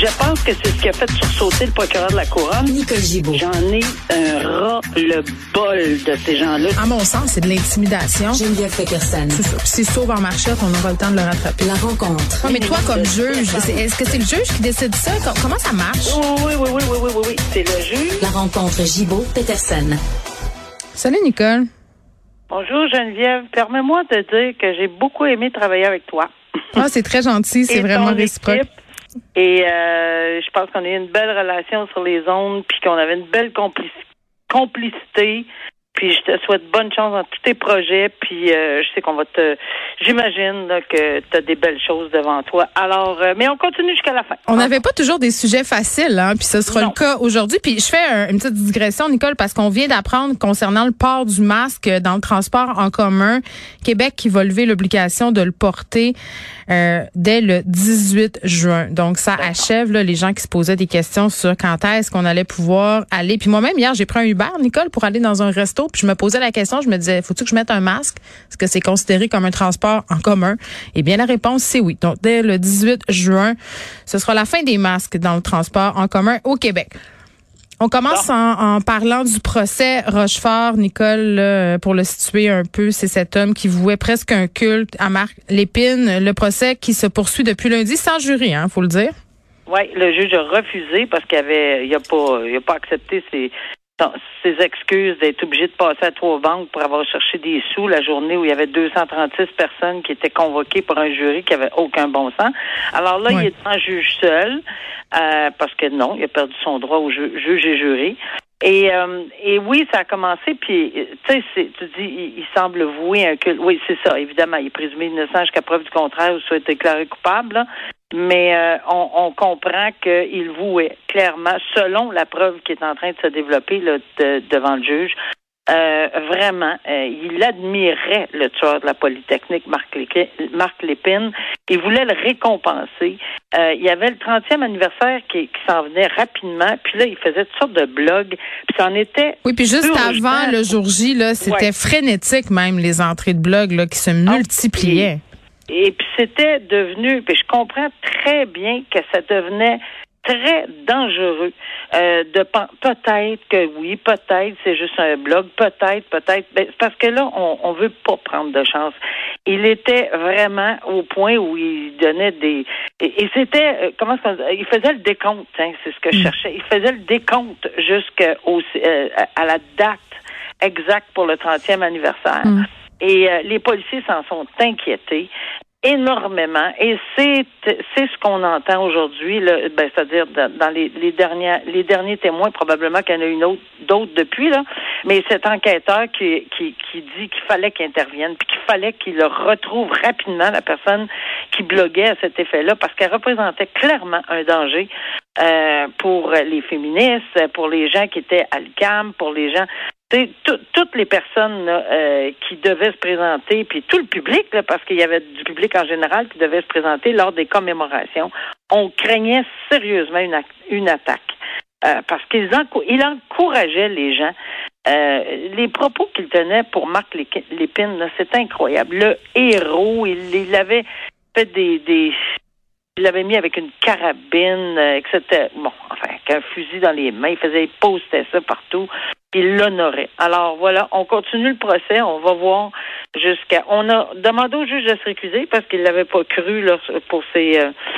Je pense que c'est ce qui a fait sursauter le procureur de la Couronne. Nicole Gibault. J'en ai un ras-le-bol de ces gens-là. À mon sens, c'est de l'intimidation. Geneviève Peterson. C'est ça. Puis s'il sauve en marchette, on aura le temps de le rattraper. La rencontre. Non, mais toi, comme juge, est-ce que c'est le juge qui décide ça? Comment ça marche? Oui. C'est le juge. La rencontre Gibault-Peterson. Salut, Nicole. Bonjour, Geneviève. Permets-moi de dire que j'ai beaucoup aimé travailler avec toi. Ah, c'est très gentil. C'est vraiment réciproque. Et je pense qu'on a eu une belle relation sur les ondes, puis qu'on avait une belle complicité. Puis je te souhaite bonne chance dans tous tes projets. Puis je sais qu'on va j'imagine là, que tu as des belles choses devant toi. Alors, mais on continue jusqu'à la fin. On n'avait pas toujours des sujets faciles, hein, puis ce sera le cas aujourd'hui. Puis je fais une petite digression, Nicole, parce qu'on vient d'apprendre concernant le port du masque dans le transport en commun, Québec qui va lever l'obligation de le porter dès le 18 juin. Donc ça achève là, les gens qui se posaient des questions sur quand est-ce qu'on allait pouvoir aller. Puis moi-même hier, j'ai pris un Uber, Nicole, pour aller dans un resto. Puis je me posais la question, je me disais, faut-tu que je mette un masque? Est-ce que c'est considéré comme un transport en commun? Eh bien, la réponse, c'est oui. Donc, dès le 18 juin, ce sera la fin des masques dans le transport en commun au Québec. On commence en parlant du procès Rochefort, Nicole, là, pour le situer un peu. C'est cet homme qui vouait presque un culte à Marc Lépine. Le procès qui se poursuit depuis lundi sans jury, hein, faut le dire. Oui, le juge a refusé parce qu'il a pas accepté ses excuses d'être obligé de passer à 3 banques pour avoir cherché des sous la journée où il y avait 236 personnes qui étaient convoquées pour un jury qui avait aucun bon sens. Alors là, il est en juge seul, parce que non, il a perdu son droit au juge et jury. Et oui, ça a commencé, puis tu sais, tu dis, il semble vouer un culte. Oui, c'est ça, évidemment, il est présumé innocent jusqu'à preuve du contraire ou soit déclaré coupable, là. Mais on comprend qu'il vouait clairement, selon la preuve qui est en train de se développer là, devant le juge, vraiment, il admirait le tueur de la Polytechnique, Marc Lépine. Il voulait le récompenser. Il y avait le 30e anniversaire qui s'en venait rapidement. Puis là, il faisait toutes sortes de blogs. Puis c'en était... Oui, puis juste avant le jour J, là, c'était frénétique même, les entrées de blogs là, qui se multipliaient. Et puis c'était devenu, puis je comprends très bien que ça devenait très dangereux peut-être que oui, peut-être c'est juste un blog, peut-être, ben, parce que là on veut pas prendre de chance. Il était vraiment au point où il donnait des et c'était il faisait le décompte, hein, c'est ce que je cherchais. Il faisait le décompte à la date exacte pour le 30e anniversaire. Et les policiers s'en sont inquiétés énormément. Et c'est ce qu'on entend aujourd'hui, là, c'est-à-dire dans les derniers témoins, probablement qu'il y en a eu d'autres depuis, là. Mais cet enquêteur qui dit qu'il fallait qu'il intervienne, puis qu'il fallait qu'il retrouve rapidement la personne qui bloguait à cet effet-là, parce qu'elle représentait clairement un danger pour les féministes, pour les gens qui étaient à l'UQAM, pour les gens... Toutes les personnes là, qui devaient se présenter, puis tout le public, là, parce qu'il y avait du public en général qui devait se présenter lors des commémorations, on craignait sérieusement une attaque. Parce qu'il encourageait les gens. Les propos qu'il tenait pour Marc Lépine, là, c'est incroyable. Le héros, il avait fait il l'avait mis avec une carabine, etc. Bon, enfin, avec un fusil dans les mains, il postait ça partout. Il l'honorait. Alors voilà, on continue le procès, on va voir on a demandé au juge de se récuser parce qu'il l'avait pas cru là, pour ses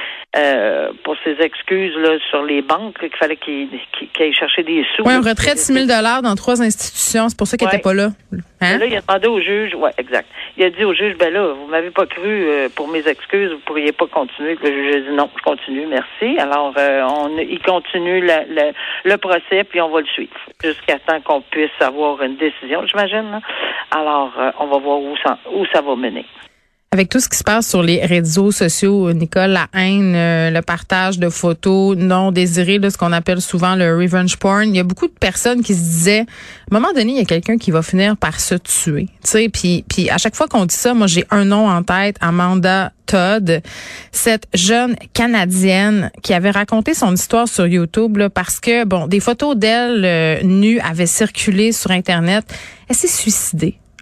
excuses là, sur les banques, là, qu'il fallait qu'il aille chercher des sous. Oui, un retrait de 6 000 $ dans 3 institutions, c'est pour ça qu'il n'était pas là. Hein? Là, il a demandé au juge, exact. Il a dit au juge, vous m'avez pas cru pour mes excuses, vous pourriez pas continuer. Le juge a dit non, je continue, merci. Alors, il continue le procès, puis on va le suivre jusqu'à temps qu'on puisse avoir une décision, j'imagine. Là. Alors, on va voir où ça va mener. Avec tout ce qui se passe sur les réseaux sociaux, Nicole, la haine, le partage de photos non désirées, là, ce qu'on appelle souvent le revenge porn, il y a beaucoup de personnes qui se disaient, à un moment donné, il y a quelqu'un qui va finir par se tuer. Tu sais, puis à chaque fois qu'on dit ça, moi j'ai un nom en tête, Amanda Todd, cette jeune Canadienne qui avait raconté son histoire sur YouTube là, parce que des photos d'elle nue avaient circulé sur Internet. Elle s'est suicidée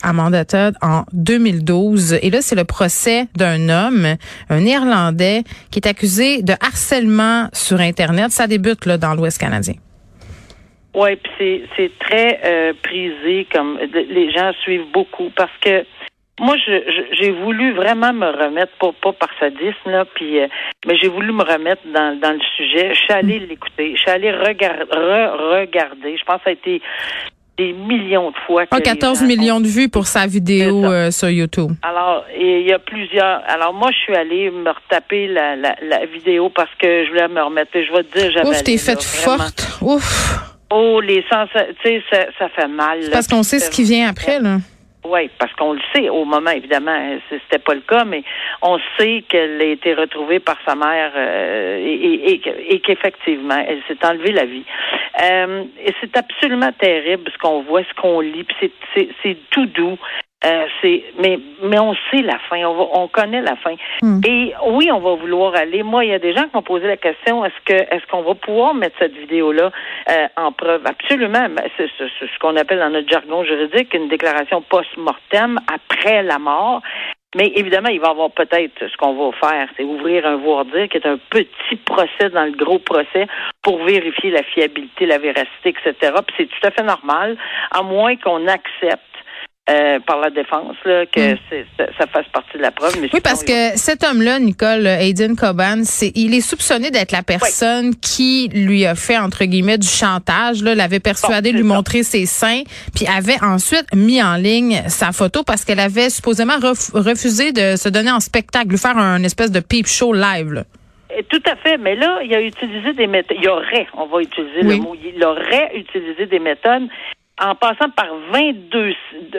Amanda Todd en 2012. Et là, c'est le procès d'un homme, un Néerlandais, qui est accusé de harcèlement sur Internet. Ça débute là dans l'Ouest canadien. Oui, puis c'est très prisé, comme les gens suivent beaucoup, parce que moi, j'ai voulu vraiment me remettre, pas par sadisme, là, puis mais j'ai voulu me remettre dans le sujet. Je suis allée l'écouter, je suis allée regarder. Je pense que ça a été des millions de fois. 14 millions de vues pour sa vidéo sur YouTube. Alors, il y a plusieurs. Alors, moi, je suis allée me retaper la vidéo parce que je voulais me remettre. Je vais te dire, j'avais. Ouf, t'es faite forte. Ouf. Oh, les sens, tu sais, ça fait mal. Là. Parce qu'on sait ce qui vient après, là. Oui, parce qu'on le sait au moment, évidemment, c'était pas le cas, mais on sait qu'elle a été retrouvée par sa mère et qu'effectivement, elle s'est enlevée la vie. Et c'est absolument terrible ce qu'on voit, ce qu'on lit, puis c'est tout doux. Mais on sait la fin, on connaît la fin. Et oui, on va vouloir aller. Moi, il y a des gens qui m'ont posé la question, est-ce qu'on va pouvoir mettre cette vidéo-là en preuve? Absolument. C'est ce qu'on appelle dans notre jargon juridique une déclaration post-mortem après la mort. Mais évidemment, il va y avoir peut-être ce qu'on va faire, c'est ouvrir un voir-dire qui est un petit procès dans le gros procès pour vérifier la fiabilité, la véracité, etc. Puis c'est tout à fait normal, à moins qu'on accepte par la défense là que ça fasse partie de la preuve. Mais oui, parce que cet homme-là, Nicole, Aidan Coban, il est soupçonné d'être la personne qui lui a fait, entre guillemets, du chantage, là, l'avait persuadé de lui montrer ses seins, puis avait ensuite mis en ligne sa photo parce qu'elle avait supposément refusé de se donner en spectacle, lui faire un espèce de peep show live, là. Tout à fait, mais là, il a utilisé des méthodes. On va utiliser le mot, il aurait utilisé des méthodes en passant par 22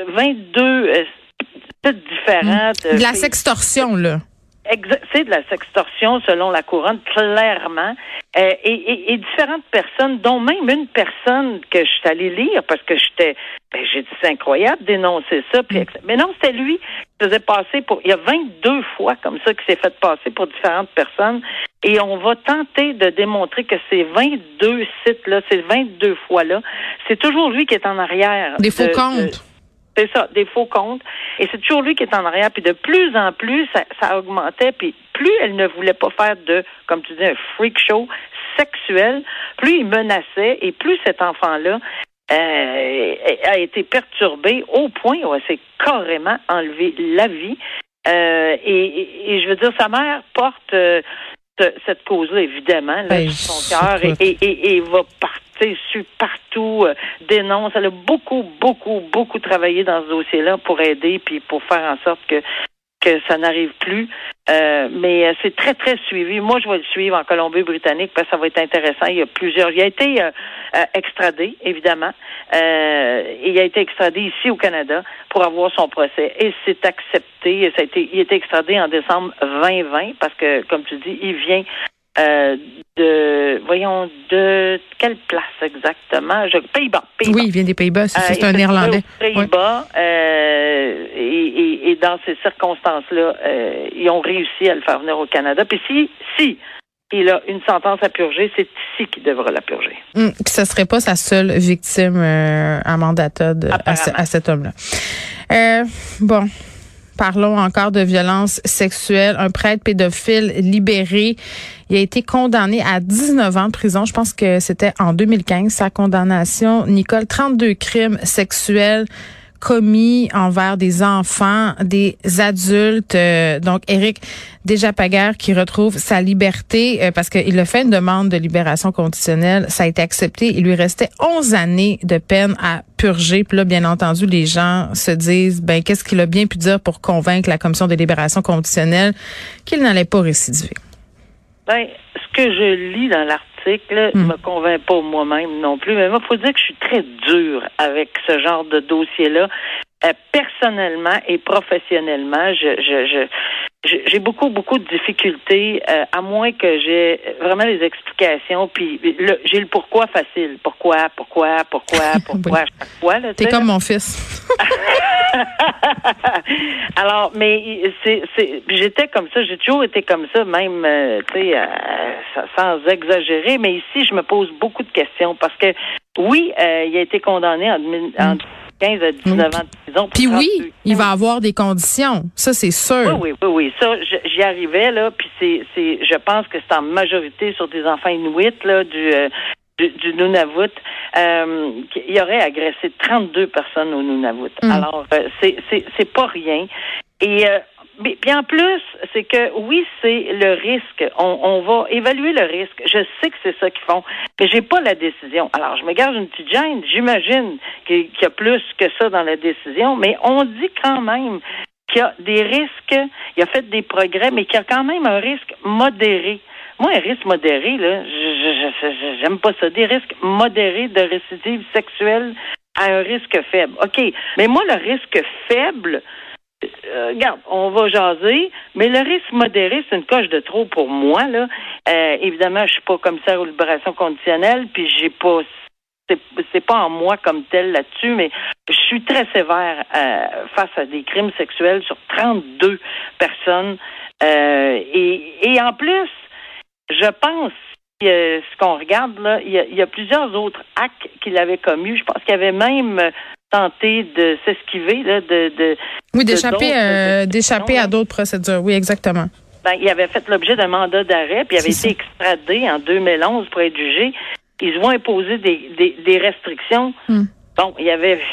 sites différents. De la sextorsion, là. C'est de la sextorsion selon la couronne, clairement. Et différentes personnes, dont même une personne que je suis allée lire parce que j'ai dit c'est incroyable dénoncer ça. Mais non, c'était lui qui faisait passer il y a 22 fois comme ça qu'il s'est fait passer pour différentes personnes. Et on va tenter de démontrer que ces 22 sites-là, ces 22 fois-là, c'est toujours lui qui est en arrière. Des faux comptes. C'est ça, des faux comptes. Et c'est toujours lui qui est en arrière. Puis de plus en plus, ça augmentait. Puis plus elle ne voulait pas faire comme tu dis, un freak show sexuel, plus il menaçait et plus cet enfant-là a été perturbé au point où elle s'est carrément enlevé la vie. Et je veux dire, sa mère porte cette cause-là, évidemment, là, sur son cœur et va partir. Su partout, dénonce. Elle a beaucoup travaillé dans ce dossier-là pour aider puis pour faire en sorte que ça n'arrive plus. Mais c'est très, très suivi. Moi, je vais le suivre en Colombie-Britannique parce que ça va être intéressant. Il a été extradé, évidemment. Et il a été extradé ici au Canada pour avoir son procès. Et c'est accepté. Il a été extradé en décembre 2020 parce que, comme tu dis, il vient de quelle place exactement? Pays-Bas. Oui, il vient des Pays-Bas, c'est un Néerlandais. Pays-Bas, et dans ces circonstances-là, ils ont réussi à le faire venir au Canada. Puis si il a une sentence à purger, c'est ici qu'il devra la purger. Puis ce serait pas sa seule victime, Amanda Todd, à cet homme-là. Bon. Parlons encore de violence sexuelle. Un prêtre pédophile libéré. Il a été condamné à 19 ans de prison. Je pense que c'était en 2015, sa condamnation. Nicole, 32 crimes sexuels commis envers des enfants, des adultes. Donc, Éric Desjardins qui retrouve sa liberté parce qu'il a fait une demande de libération conditionnelle. Ça a été accepté. Il lui restait 11 années de peine à purger. Puis là, bien entendu, les gens se disent, qu'est-ce qu'il a bien pu dire pour convaincre la commission de libération conditionnelle qu'il n'allait pas récidiver? Ce que je lis dans l'article ne me convainc pas moi-même non plus. Mais moi, il faut dire que je suis très dure avec ce genre de dossier-là. Personnellement et professionnellement, j'ai beaucoup de difficultés, à moins que j'ai vraiment des explications. Puis j'ai le pourquoi facile. Pourquoi à chaque fois. Là, t'es comme mon fils. Alors, mais j'étais comme ça, j'ai toujours été comme ça, même, sans exagérer. Mais ici, je me pose beaucoup de questions parce que, oui, il a été condamné en 2015 15 à 19 ans de prison. Puis oui, il va avoir des conditions. Ça, c'est sûr. Oui. Ça, j'y arrivais, là. Puis je pense que c'est en majorité sur des enfants inuits, là, du Nunavut. Il aurait agressé 32 personnes au Nunavut. Alors, c'est pas rien. Et mais puis en plus, c'est que oui, c'est le risque. On va évaluer le risque. Je sais que c'est ça qu'ils font, mais j'ai pas la décision. Alors, je me garde une petite gêne. J'imagine qu'il y a plus que ça dans la décision, mais on dit quand même qu'il y a des risques. Il a fait des progrès, mais qu'il y a quand même un risque modéré. Moi, un risque modéré, là, j'aime pas ça. Des risques modérés de récidive sexuelle à un risque faible. OK. Mais moi, le risque faible, regarde, on va jaser, mais le risque modéré, c'est une coche de trop pour moi, là. Évidemment, je suis pas commissaire aux libérations conditionnelles, puis j'ai pas, c'est pas en moi comme tel là-dessus, mais je suis très sévère face à des crimes sexuels sur 32 personnes. Et en plus, je pense ce qu'on regarde là, il y a plusieurs autres actes qu'il avait commis. Je pense qu'il avait même tenté de s'esquiver là, d'échapper à d'autres procédures. Oui, exactement. Il avait fait l'objet d'un mandat d'arrêt, puis il avait été extradé en 2011 pour être jugé. Ils se vont imposer des restrictions. Bon, il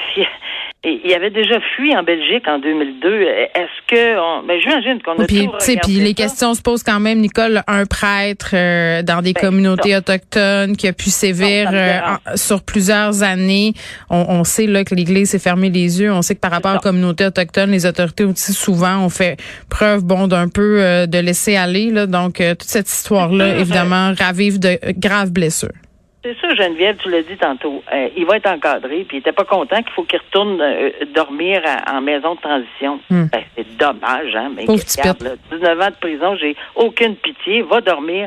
avait déjà fui en Belgique en 2002. Est-ce que j'imagine qu'on a tout regardé. Puis les questions se posent quand même, Nicole, un prêtre dans des communautés autochtones qui a pu sévir sur plusieurs années. On sait là que l'Église s'est fermée les yeux. On sait que par rapport aux communautés autochtones, les autorités aussi souvent ont fait preuve d'un peu de laisser aller. Là. Donc toute cette histoire-là, évidemment, ravive de graves blessures. C'est ça, Geneviève, tu l'as dit tantôt. Il va être encadré, puis il était pas content qu'il faut qu'il retourne dormir en maison de transition. C'est dommage, hein? Mais regarde, là, 19 ans de prison, j'ai aucune pitié. Va dormir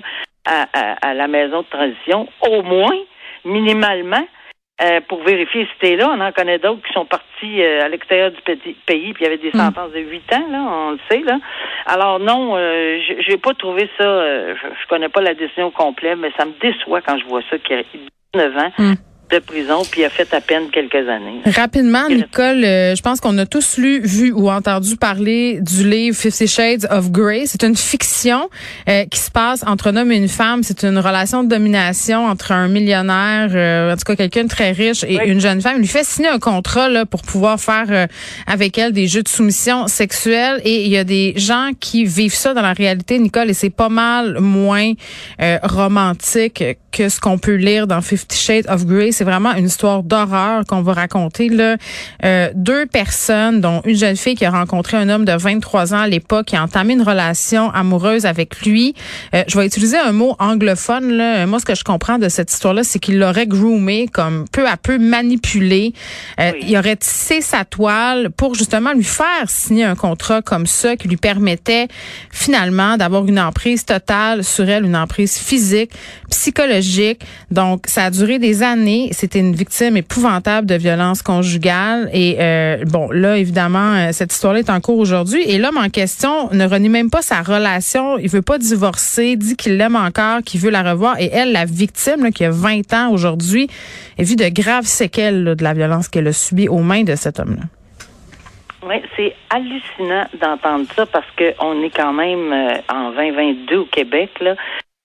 à la maison de transition, au moins, minimalement, pour vérifier si t'es là. On en connaît d'autres qui sont partis à l'extérieur du pays, puis il y avait des sentences de 8 ans, là, on le sait, là. Alors non, j'ai pas trouvé ça, je connais pas la décision complète, mais ça me déçoit quand je vois ça, qu'il y a 19 ans de prison, puis il a fait à peine quelques années. Rapidement, Nicole, je pense qu'on a tous lu, vu ou entendu parler du livre 50 Shades of Grey. C'est une fiction qui se passe entre un homme et une femme. C'est une relation de domination entre un millionnaire, en tout cas quelqu'un de très riche, et une jeune femme. Il lui fait signer un contrat là pour pouvoir faire avec elle des jeux de soumission sexuelle. Et il y a des gens qui vivent ça dans la réalité, Nicole, et c'est pas mal moins romantique que ce qu'on peut lire dans 50 Shades of Grey. C'est vraiment une histoire d'horreur qu'on va raconter là. 2 personnes, dont une jeune fille qui a rencontré un homme de 23 ans à l'époque, qui a entamé une relation amoureuse avec lui. Je vais utiliser un mot anglophone là. Moi, ce que je comprends de cette histoire-là, c'est qu'il l'aurait groomé, comme peu à peu manipulé. Il aurait tissé sa toile pour justement lui faire signer un contrat comme ça qui lui permettait finalement d'avoir une emprise totale sur elle, une emprise physique, psychologique. Donc, ça a duré des années. C'était une victime épouvantable de violence conjugale. Et bon, là, évidemment, cette histoire-là est en cours aujourd'hui. Et l'homme en question ne renie même pas sa relation. Il veut pas divorcer, dit qu'il l'aime encore, qu'il veut la revoir. Et elle, la victime, là, qui a 20 ans aujourd'hui, a vu de graves séquelles là, de la violence qu'elle a subie aux mains de cet homme-là. Oui, c'est hallucinant d'entendre ça parce qu'on est quand même en 2022 au Québec, là.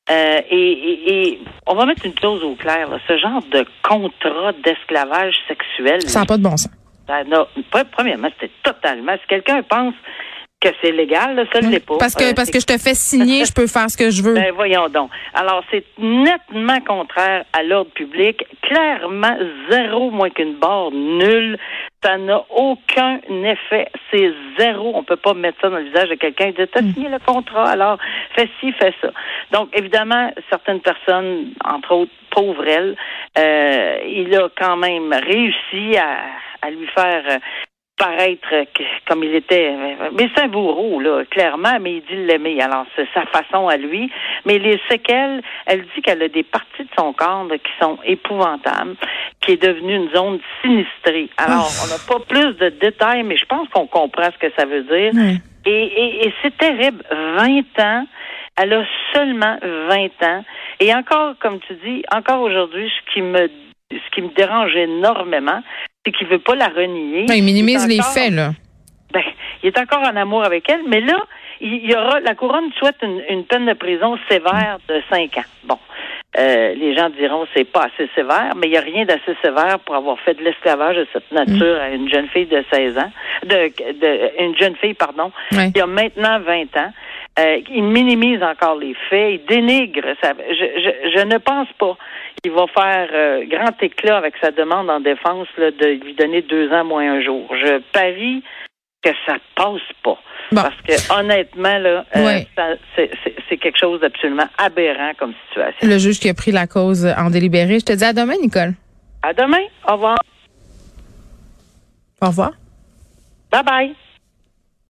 Et on va mettre une chose au clair, là, ce genre de contrat d'esclavage sexuel. Ça n'a pas de bon sens. Premièrement, c'était totalement. Si quelqu'un pense que c'est légal, là, ça ne l'est pas. Parce que je te fais signer, je peux faire ce que je veux. Ben voyons donc. Alors, c'est nettement contraire à l'ordre public. Clairement, zéro moins qu'une barre nulle. Ça n'a aucun effet. C'est zéro. On peut pas mettre ça dans le visage de quelqu'un et dire t'as signé le contrat, alors fais ci, fais ça. Donc, évidemment, certaines personnes, entre autres, pauvres elle, il a quand même réussi à lui faire paraître comme il était. Mais c'est un bourreau, là, clairement, mais il dit l'aimer. Alors, c'est sa façon à lui. Mais les séquelles, elle dit qu'elle a des parties de son corps là, qui sont épouvantables, qui est devenue une zone sinistrée. Alors, on n'a pas plus de détails, mais je pense qu'on comprend ce que ça veut dire. Et c'est terrible. 20 ans. Elle a seulement 20 ans. Et encore, comme tu dis, encore aujourd'hui, ce qui me dérange énormément, c'est qu'il veut pas la renier. Il minimise les faits, là. Ben, il est encore en amour avec elle, mais là, il y aura, la couronne souhaite une peine de prison sévère de 5 ans. Bon. Les gens diront c'est pas assez sévère, mais il n'y a rien d'assez sévère pour avoir fait de l'esclavage de cette nature à une jeune fille de 16 ans, une jeune fille, qui a maintenant 20 ans. Il minimise encore les faits, il dénigre. Je ne pense pas qu'il va faire grand éclat avec sa demande en défense là, de lui donner 2 ans moins un jour. Je parie que ça passe pas. Bon. Parce que honnêtement, là, c'est quelque chose d'absolument aberrant comme situation. Le juge qui a pris la cause en délibéré. Je te dis à demain, Nicole. À demain. Au revoir. Au revoir. Bye bye.